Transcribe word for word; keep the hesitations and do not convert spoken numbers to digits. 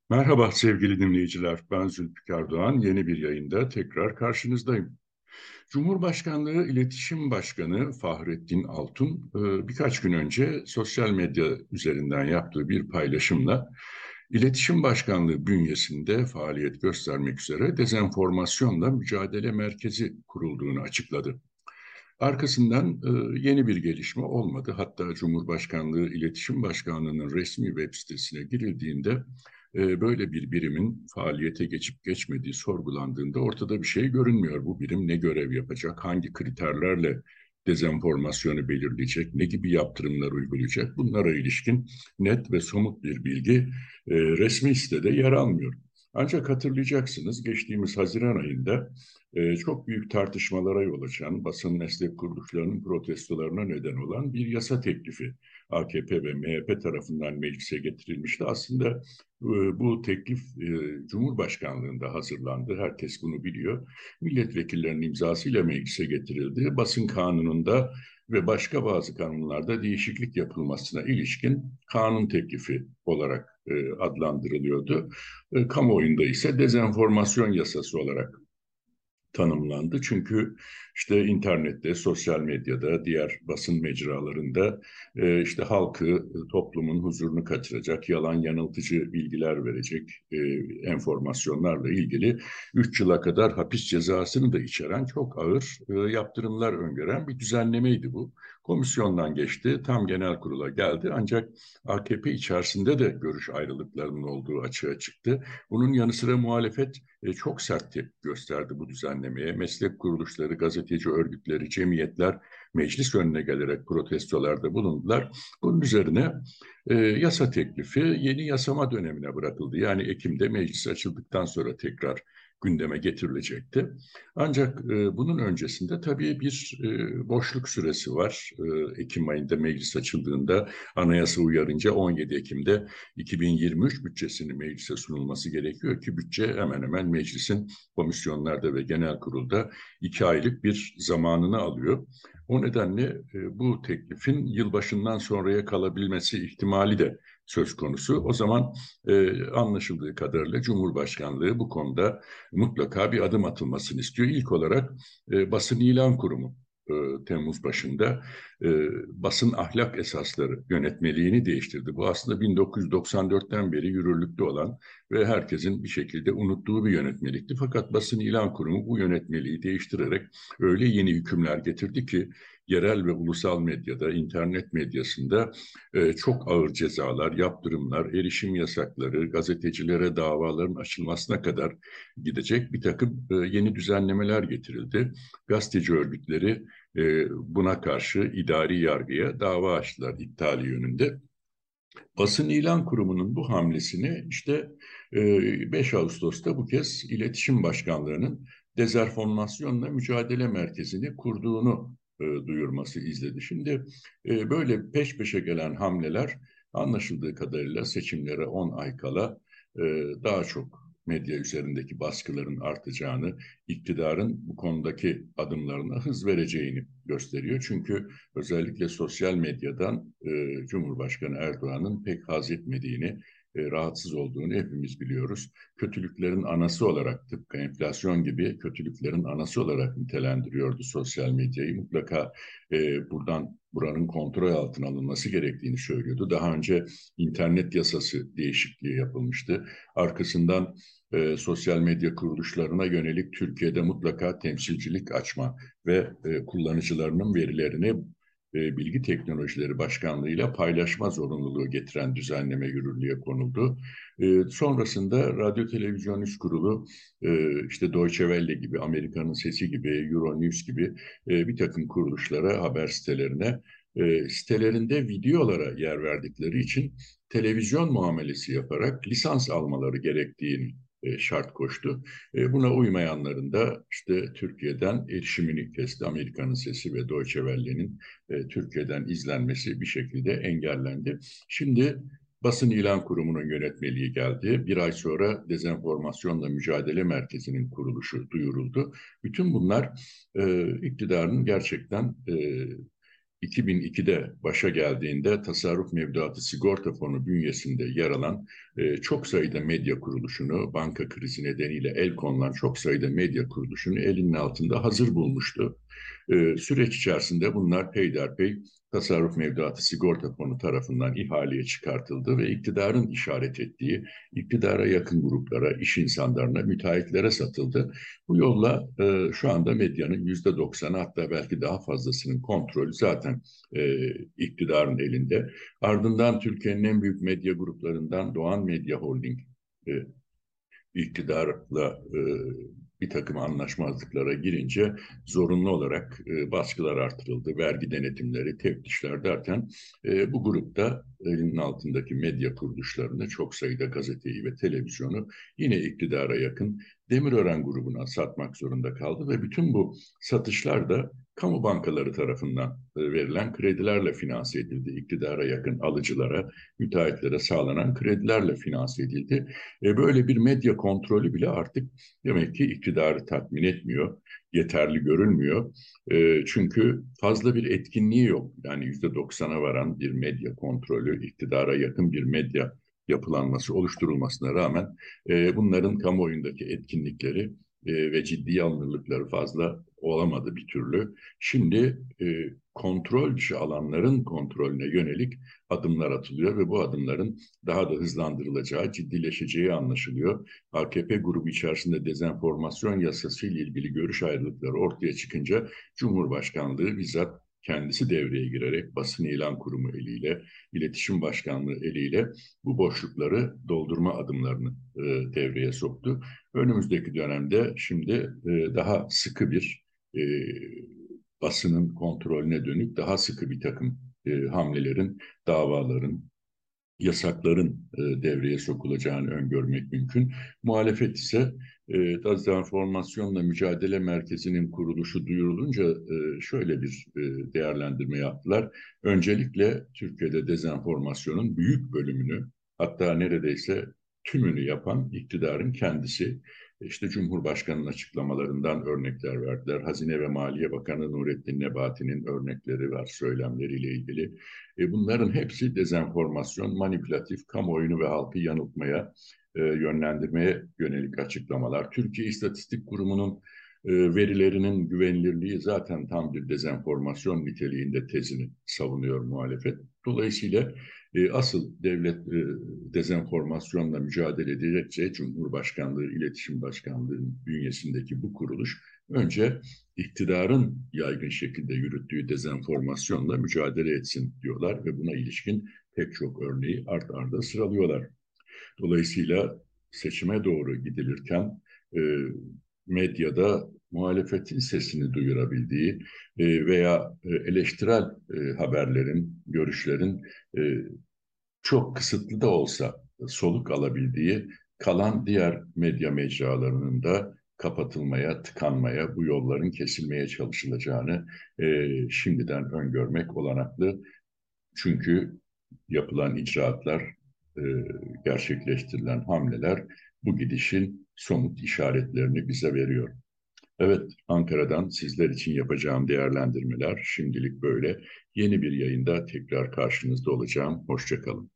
Merhaba sevgili dinleyiciler, ben Zülfikar Doğan. Yeni bir yayında tekrar karşınızdayım. Cumhurbaşkanlığı İletişim Başkanı Fahrettin Altun e, birkaç gün önce sosyal medya üzerinden yaptığı bir paylaşımla İletişim Başkanlığı bünyesinde faaliyet göstermek üzere Dezenformasyonla Mücadele Merkezi kurulduğunu açıkladı. Arkasından e, yeni bir gelişme olmadı. Hatta Cumhurbaşkanlığı İletişim Başkanlığı'nın resmi web sitesine girildiğinde e, böyle bir birimin faaliyete geçip geçmediği sorgulandığında ortada bir şey görünmüyor. Bu birim ne görev yapacak, hangi kriterlerle dezenformasyonu belirleyecek, ne gibi yaptırımlar uygulayacak? Bunlara ilişkin net ve somut bir bilgi e, resmi sitede yer almıyor. Ancak hatırlayacaksınız geçtiğimiz Haziran ayında e, çok büyük tartışmalara yol açan, basın meslek kuruluşlarının protestolarına neden olan bir yasa teklifi A K P ve M H P tarafından meclise getirilmişti. Aslında e, bu teklif e, Cumhurbaşkanlığında hazırlandı. Herkes bunu biliyor. Milletvekillerinin imzasıyla meclise getirildi. Basın kanununda ve başka bazı kanunlarda değişiklik yapılmasına ilişkin kanun teklifi olarak e, adlandırılıyordu. E, kamuoyunda ise dezenformasyon yasası olarak tanımlandı. Çünkü işte internette, sosyal medyada, diğer basın mecralarında e, işte halkı, e, toplumun huzurunu kaçıracak, yalan yanıltıcı bilgiler verecek e, enformasyonlarla ilgili üç yıla kadar hapis cezasını da içeren çok ağır e, yaptırımlar öngören bir düzenlemeydi bu. Komisyondan geçti, tam genel kurula geldi ancak A K P içerisinde de görüş ayrılıklarının olduğu açığa çıktı. Bunun yanı sıra muhalefet e, çok sert tepki gösterdi bu düzenlemeye. Meslek kuruluşları, gazeteci örgütleri, cemiyetler meclis önüne gelerek protestolarda bulundular. Bunun üzerine e, yasa teklifi yeni yasama dönemine bırakıldı. Yani Ekim'de meclis açıldıktan sonra tekrar gündeme getirilecekti. Ancak e, bunun öncesinde tabii bir e, boşluk süresi var. E, Ekim ayında meclis açıldığında anayasa uyarınca on yedi Ekim'de iki bin yirmi üç bütçesinin meclise sunulması gerekiyor ki bütçe hemen hemen meclisin komisyonlarda ve genel kurulda iki aylık bir zamanını alıyor. O nedenle e, bu teklifin yılbaşından sonraya kalabilmesi ihtimali de söz konusu. O zaman e, anlaşıldığı kadarıyla Cumhurbaşkanlığı bu konuda mutlaka bir adım atılmasını istiyor. İlk olarak e, Basın İlan Kurumu e, Temmuz başında e, basın ahlak esasları yönetmeliğini değiştirdi. Bu aslında bin dokuz yüz doksan dörtten beri yürürlükte olan ve herkesin bir şekilde unuttuğu bir yönetmelikti. Fakat Basın İlan Kurumu bu yönetmeliği değiştirerek öyle yeni hükümler getirdi ki yerel ve ulusal medyada, internet medyasında e, çok ağır cezalar, yaptırımlar, erişim yasakları, gazetecilere davaların açılmasına kadar gidecek bir takım e, yeni düzenlemeler getirildi. Gazeteci örgütleri e, buna karşı idari yargıya dava açtılar iptali yönünde. Basın İlan Kurumu'nun bu hamlesini işte e, beş Ağustos'ta bu kez İletişim Başkanlığı'nın Dezenformasyonla Mücadele Merkezi'ni kurduğunu e, duyurması izledi. Şimdi e, böyle peş peşe gelen hamleler anlaşıldığı kadarıyla seçimlere on ay kala e, daha çok medya üzerindeki baskıların artacağını, iktidarın bu konudaki adımlarına hız vereceğini gösteriyor. Çünkü özellikle sosyal medyadan e, Cumhurbaşkanı Erdoğan'ın pek haz etmediğini, e, rahatsız olduğunu hepimiz biliyoruz. Kötülüklerin anası olarak tıpkı enflasyon gibi kötülüklerin anası olarak nitelendiriyordu sosyal medyayı. Mutlaka e, buradan buranın kontrol altına alınması gerektiğini söylüyordu. Daha önce internet yasası değişikliği yapılmıştı. Arkasından e, sosyal medya kuruluşlarına yönelik Türkiye'de mutlaka temsilcilik açma ve e, kullanıcılarının verilerini e, Bilgi Teknolojileri Başkanlığı'yla paylaşma zorunluluğu getiren düzenleme yürürlüğe konuldu. E, sonrasında Radyo Televizyon İş Kurulu, e, işte Deutsche Welle gibi, Amerika'nın Sesi gibi, Euronews gibi e, bir takım kuruluşlara, haber sitelerine, e, sitelerinde videolara yer verdikleri için televizyon muamelesi yaparak lisans almaları gerektiğini e, şart koştu. E, buna uymayanların da işte Türkiye'den erişimini kesti. Amerika'nın Sesi ve Deutsche Welle'nin e, Türkiye'den izlenmesi bir şekilde engellendi. Şimdi Basın İlan Kurumu'nun yönetmeliği geldi. Bir ay sonra Dezenformasyonla Mücadele Merkezi'nin kuruluşu duyuruldu. Bütün bunlar e, iktidarın gerçekten e, iki bin ikide başa geldiğinde Tasarruf Mevduatı Sigorta Fonu bünyesinde yer alan e, çok sayıda medya kuruluşunu, banka krizi nedeniyle el konulan çok sayıda medya kuruluşunu elinin altında hazır bulmuştu. E, süreç içerisinde bunlar peyderpey Tasarruf Mevduatı Sigorta Fonu tarafından ihaleye çıkartıldı ve iktidarın işaret ettiği iktidara yakın gruplara, iş insanlarına, müteahhitlere satıldı. Bu yolla e, şu anda medyanın yüzde doksanı, hatta belki daha fazlasının kontrolü zaten e, iktidarın elinde. Ardından Türkiye'nin en büyük medya gruplarından Doğan Medya Holding e, iktidarla e, bir takım anlaşmazlıklara girince zorunlu olarak e, baskılar artırıldı. Vergi denetimleri, teftişler derken e, bu grupta elinin altındaki medya kuruluşlarını, çok sayıda gazeteyi ve televizyonu yine iktidara yakın Demirören grubuna satmak zorunda kaldı ve bütün bu satışlar da kamu bankaları tarafından e, verilen kredilerle finanse edildi. İktidara yakın alıcılara, müteahhitlere sağlanan kredilerle finanse edildi. E, böyle bir medya kontrolü bile artık demek ki iktidarı tatmin etmiyor, yeterli görülmüyor. E, çünkü fazla bir etkinliği yok. Yani yüzde doksana varan bir medya kontrolü, iktidara yakın bir medya yapılanması oluşturulmasına rağmen e, bunların kamuoyundaki etkinlikleri e, ve ciddi alınırlıkları fazla olamadı bir türlü. Şimdi e, kontrol dışı alanların kontrolüne yönelik adımlar atılıyor ve bu adımların daha da hızlandırılacağı, ciddileşeceği anlaşılıyor. A K P grubu içerisinde dezenformasyon yasası ile ilgili görüş ayrılıkları ortaya çıkınca Cumhurbaşkanlığı bizzat kendisi devreye girerek basın ilan kurumu eliyle, iletişim başkanlığı eliyle bu boşlukları doldurma adımlarını e, devreye soktu. Önümüzdeki dönemde şimdi e, daha sıkı bir e, basının kontrolüne dönük daha sıkı bir takım e, hamlelerin, davaların, yasakların e, devreye sokulacağını öngörmek mümkün. Muhalefet ise e, Dezenformasyonla Mücadele Merkezi'nin kuruluşu duyurulunca e, şöyle bir e, değerlendirme yaptılar. Öncelikle Türkiye'de dezenformasyonun büyük bölümünü, hatta neredeyse tümünü yapan iktidarın kendisi. İşte Cumhurbaşkanı'nın açıklamalarından örnekler verdiler. Hazine ve Maliye Bakanı Nurettin Nebati'nin örnekleri var, söylemleriyle ilgili. E, bunların hepsi dezenformasyon, manipülatif, kamuoyunu ve halkı yanıltmaya, e, yönlendirmeye yönelik açıklamalar. Türkiye İstatistik Kurumu'nun e, verilerinin güvenilirliği zaten tam bir dezenformasyon niteliğinde tezini savunuyor muhalefet. Dolayısıyla e, asıl devlet e, dezenformasyonla mücadele edecekse Cumhurbaşkanlığı, İletişim Başkanlığı bünyesindeki bu kuruluş önce iktidarın yaygın şekilde yürüttüğü dezenformasyonla mücadele etsin diyorlar ve buna ilişkin pek çok örneği art arda sıralıyorlar. Dolayısıyla seçime doğru gidilirken e, medyada muhalefetin sesini duyurabildiği e, veya e, eleştirel e, haberlerin, görüşlerin e, çok kısıtlı da olsa soluk alabildiği kalan diğer medya mecralarının da kapatılmaya, tıkanmaya, bu yolların kesilmeye çalışılacağını e, şimdiden öngörmek olanaklı. Çünkü yapılan icraatlar, e, gerçekleştirilen hamleler bu gidişin somut işaretlerini bize veriyor. Evet, Ankara'dan sizler için yapacağım değerlendirmeler şimdilik böyle. Yeni bir yayında tekrar karşınızda olacağım. Hoşça kalın.